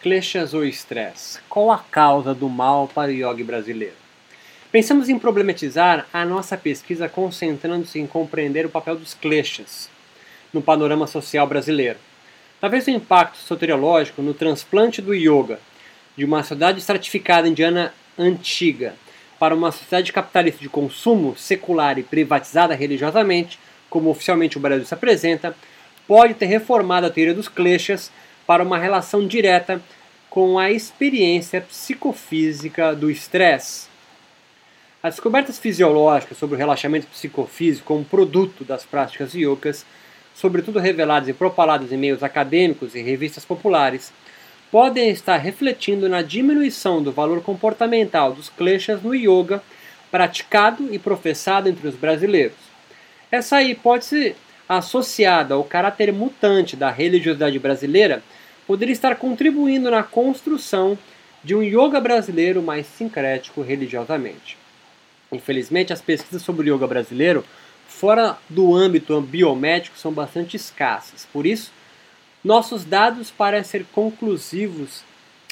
Kleshas ou estresse? Qual a causa do mal para o yogi brasileiro? Pensamos em problematizar a nossa pesquisa concentrando-se em compreender o papel dos kleshas no panorama social brasileiro. Talvez o impacto soteriológico no transplante do yoga de uma sociedade estratificada indiana antiga para uma sociedade capitalista de consumo, secular e privatizada religiosamente, como oficialmente o Brasil se apresenta, pode ter reformado a teoria dos kleshas para uma relação direta com a experiência psicofísica do estresse. As descobertas fisiológicas sobre o relaxamento psicofísico como produto das práticas yogas, sobretudo reveladas e propaladas em meios acadêmicos e revistas populares, podem estar refletindo na diminuição do valor comportamental dos kleshas no yoga praticado e professado entre os brasileiros. Essa hipótese, associada ao caráter mutante da religiosidade brasileira, poderia estar contribuindo na construção de um yoga brasileiro mais sincrético religiosamente. Infelizmente, as pesquisas sobre o yoga brasileiro, fora do âmbito biomédico, são bastante escassas. Por isso, nossos dados, para serem conclusivos,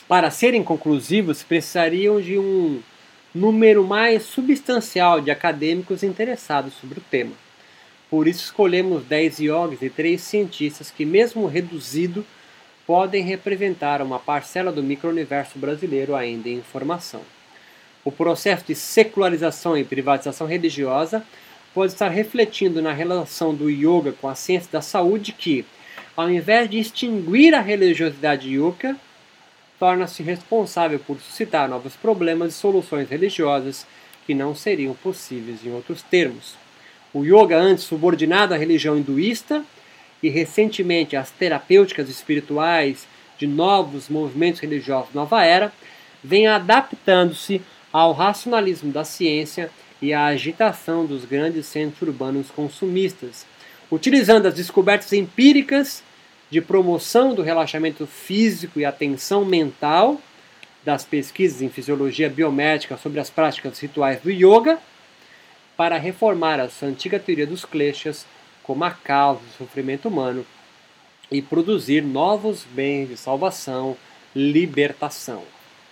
precisariam de um número mais substancial de acadêmicos interessados sobre o tema. Por isso, escolhemos 10 yogis e 3 cientistas que, mesmo reduzido, podem representar uma parcela do micro-universo brasileiro ainda em formação. O processo de secularização e privatização religiosa pode estar refletindo na relação do yoga com a ciência da saúde que, ao invés de extinguir a religiosidade yoga, torna-se responsável por suscitar novos problemas e soluções religiosas que não seriam possíveis em outros termos. O yoga, antes subordinado à religião hinduísta, e recentemente as terapêuticas espirituais de novos movimentos religiosos nova era, vem adaptando-se ao racionalismo da ciência e à agitação dos grandes centros urbanos consumistas, utilizando as descobertas empíricas de promoção do relaxamento físico e atenção mental das pesquisas em fisiologia biomédica sobre as práticas rituais do yoga para reformar a sua antiga teoria dos kleshas como a causa do sofrimento humano e produzir novos bens de salvação, libertação.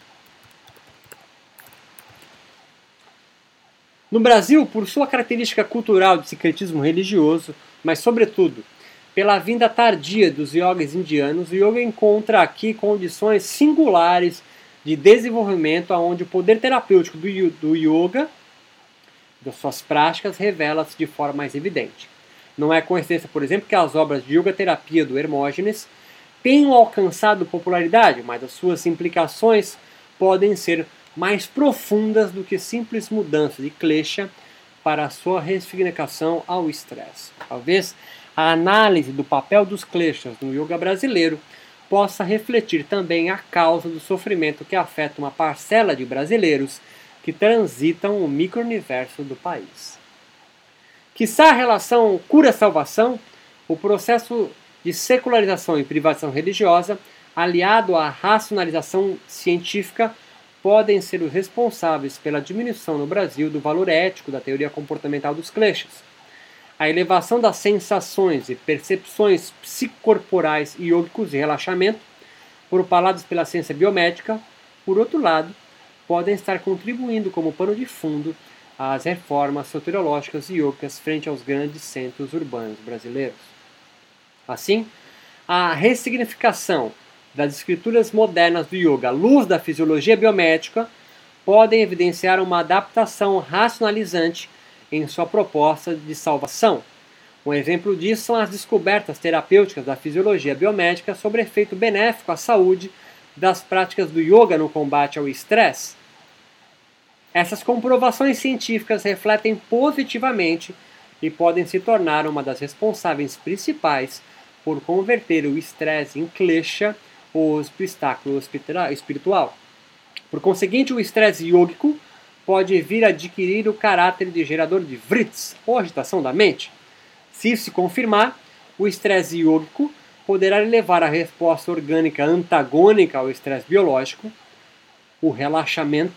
No Brasil, por sua característica cultural de sincretismo religioso, mas sobretudo pela vinda tardia dos yogis indianos, o yoga encontra aqui condições singulares de desenvolvimento onde o poder terapêutico do yoga, das suas práticas, revela-se de forma mais evidente. Não é coincidência, por exemplo, que as obras de yoga terapia do Hermógenes tenham alcançado popularidade, mas as suas implicações podem ser mais profundas do que simples mudanças de klesha para a sua ressignificação ao estresse. Talvez a análise do papel dos kleshas no yoga brasileiro possa refletir também a causa do sofrimento que afeta uma parcela de brasileiros que transitam o micro-universo do país. Quiçá a relação cura-salvação, o processo de secularização e privatização religiosa, aliado à racionalização científica, podem ser os responsáveis pela diminuição no Brasil do valor ético da teoria comportamental dos kleshas. A elevação das sensações e percepções psicorporais e yogicos de relaxamento, propalados pela ciência biomédica, por outro lado, podem estar contribuindo como pano de fundo às reformas soteriológicas e yogicas frente aos grandes centros urbanos brasileiros. Assim, a ressignificação das escrituras modernas do yoga à luz da fisiologia biomédica podem evidenciar uma adaptação racionalizante em sua proposta de salvação. Um exemplo disso são as descobertas terapêuticas da fisiologia biomédica sobre efeito benéfico à saúde das práticas do yoga no combate ao estresse. Essas comprovações científicas refletem positivamente e podem se tornar uma das responsáveis principais por converter o estresse em klesha, ou obstáculo espiritual. Por conseguinte, o estresse yógico pode vir a adquirir o caráter de gerador de vrits, ou agitação da mente. Se isso se confirmar, o estresse yógico poderá levar a resposta orgânica antagônica ao estresse biológico, o relaxamento,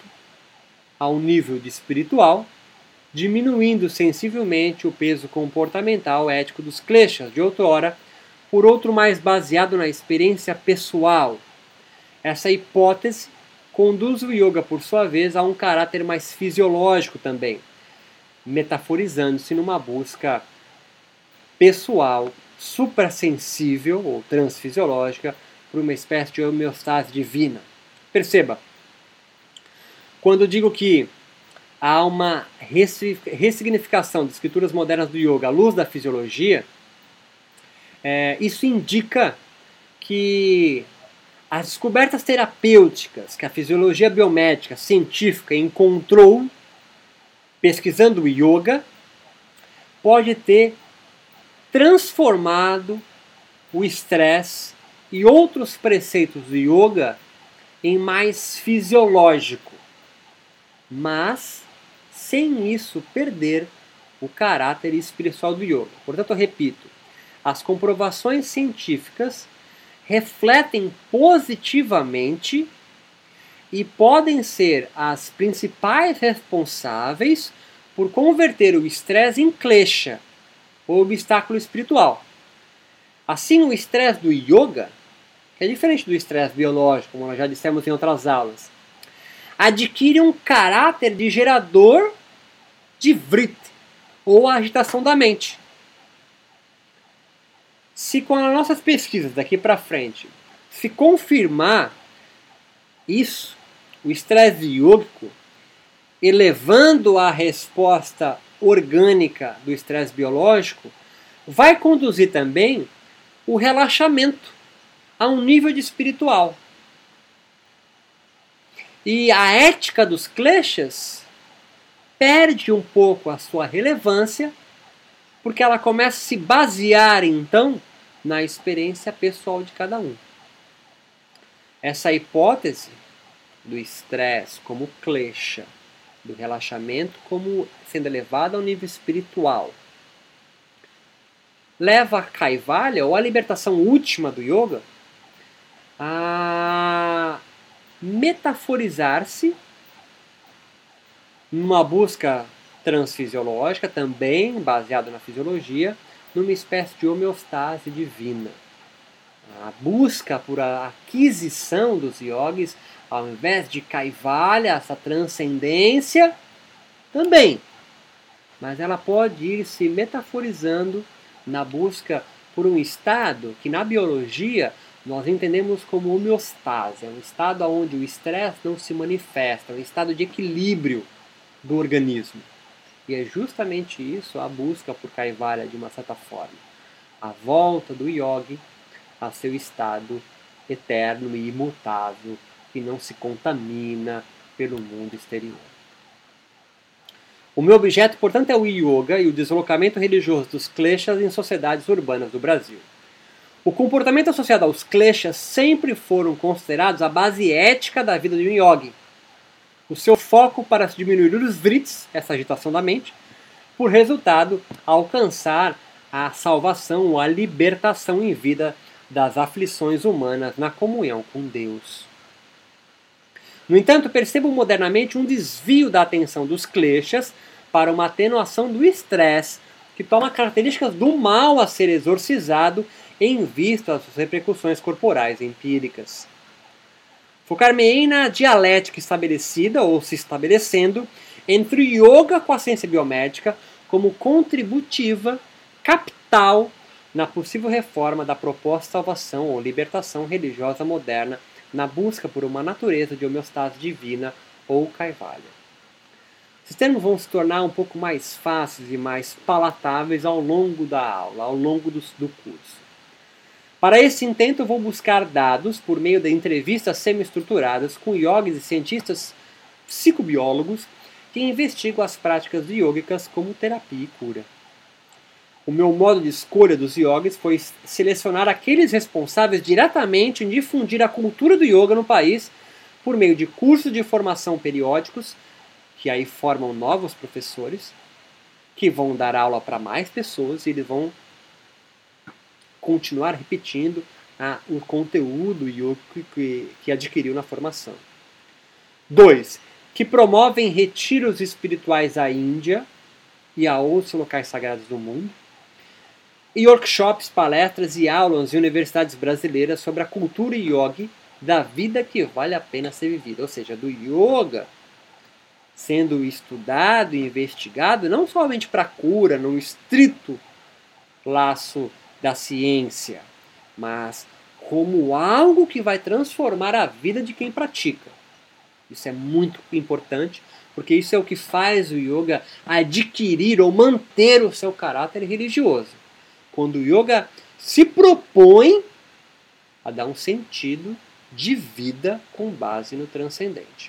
ao nível de espiritual, diminuindo sensivelmente o peso comportamental ético dos kleshas de outrora, por outro mais baseado na experiência pessoal. Essa hipótese conduz o yoga, por sua vez, a um caráter mais fisiológico também, metaforizando-se numa busca pessoal, suprassensível ou transfisiológica, por uma espécie de homeostase divina. Perceba, quando digo que há uma ressignificação das escrituras modernas do yoga à luz da fisiologia, isso indica que as descobertas terapêuticas que a fisiologia biomédica científica encontrou pesquisando o yoga pode ter transformado o estresse e outros preceitos do yoga em mais fisiológico, mas sem isso perder o caráter espiritual do yoga. Portanto, eu repito, as comprovações científicas refletem positivamente e podem ser as principais responsáveis por converter o estresse em klesha, ou obstáculo espiritual. Assim, o estresse do yoga, que é diferente do estresse biológico, como nós já dissemos em outras aulas, adquire um caráter de gerador de vritti, ou agitação da mente. Se com as nossas pesquisas daqui para frente se confirmar isso, o estresse yógico, elevando a resposta orgânica do estresse biológico, vai conduzir também o relaxamento a um nível de espiritual. E a ética dos kleshas perde um pouco a sua relevância, porque ela começa a se basear, então, na experiência pessoal de cada um. Essa hipótese do estresse como klesha, do relaxamento como sendo elevado ao nível espiritual, leva a Kaivalya, ou a libertação última do yoga, a metaforizar-se numa busca transfisiológica, também baseada na fisiologia, numa espécie de homeostase divina. A busca por a aquisição dos yogis, ao invés de Kaivalya, essa transcendência, também. Mas ela pode ir se metaforizando na busca por um estado que na biologia nós entendemos como homeostase. É um estado onde o estresse não se manifesta, é um estado de equilíbrio do organismo. E é justamente isso a busca por Kaivalya, de uma certa forma. A volta do yogi a seu estado eterno e imutável, que não se contamina pelo mundo exterior. O meu objeto, portanto, é o yoga e o deslocamento religioso dos kleshas em sociedades urbanas do Brasil. O comportamento associado aos kleshas sempre foram considerados a base ética da vida de um yogi. O seu foco para se diminuir os vrits, essa agitação da mente, por resultado, alcançar a salvação ou a libertação em vida das aflições humanas na comunhão com Deus. No entanto, percebo modernamente um desvio da atenção dos kleshas para uma atenuação do estresse, que toma características do mal a ser exorcizado em vista das suas repercussões corporais empíricas. Focar-me-ei na dialética estabelecida ou se estabelecendo entre o yoga com a ciência biomédica como contributiva, capital, na possível reforma da proposta de salvação ou libertação religiosa moderna na busca por uma natureza de homeostase divina ou Kaivalya. Esses termos vão se tornar um pouco mais fáceis e mais palatáveis ao longo da aula, ao longo do curso. Para esse intento, vou buscar dados por meio de entrevistas semi-estruturadas com yogis e cientistas psicobiólogos que investigam as práticas yógicas como terapia e cura. O meu modo de escolha dos yogis foi selecionar aqueles responsáveis diretamente em difundir a cultura do yoga no país por meio de cursos de formação periódicos, que aí formam novos professores, que vão dar aula para mais pessoas e eles vão continuar repetindo o conteúdo yogico que adquiriu na formação. 2. Que promovem retiros espirituais à Índia e a outros locais sagrados do mundo, e workshops, palestras e aulas em universidades brasileiras sobre a cultura yogi da vida que vale a pena ser vivida. Ou seja, do yoga sendo estudado e investigado não somente para cura, no estrito laço da ciência, mas como algo que vai transformar a vida de quem pratica. Isso é muito importante, porque isso é o que faz o yoga adquirir ou manter o seu caráter religioso. Quando o yoga se propõe a dar um sentido de vida com base no transcendente.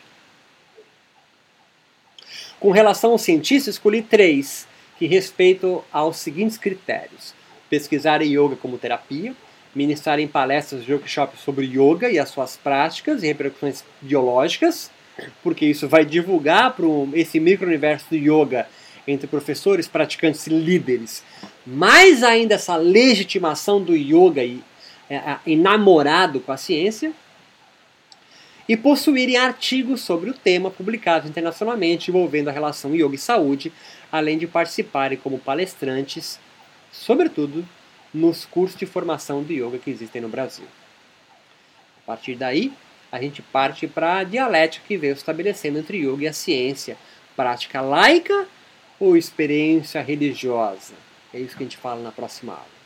Com relação aos cientistas, escolhi 3 que respeitam aos seguintes critérios: pesquisar yoga como terapia, ministrar em palestras e workshops sobre yoga e as suas práticas e repercussões biológicas, porque isso vai divulgar para esse micro-universo do yoga entre professores, praticantes e líderes, mais ainda essa legitimação do yoga e namorado com a ciência, e possuírem artigos sobre o tema publicados internacionalmente envolvendo a relação yoga e saúde, além de participarem como palestrantes, sobretudo nos cursos de formação de yoga que existem no Brasil. A partir daí, a gente parte para a dialética que veio estabelecendo entre yoga e a ciência, prática laica ou experiência religiosa. É isso que a gente fala na próxima aula.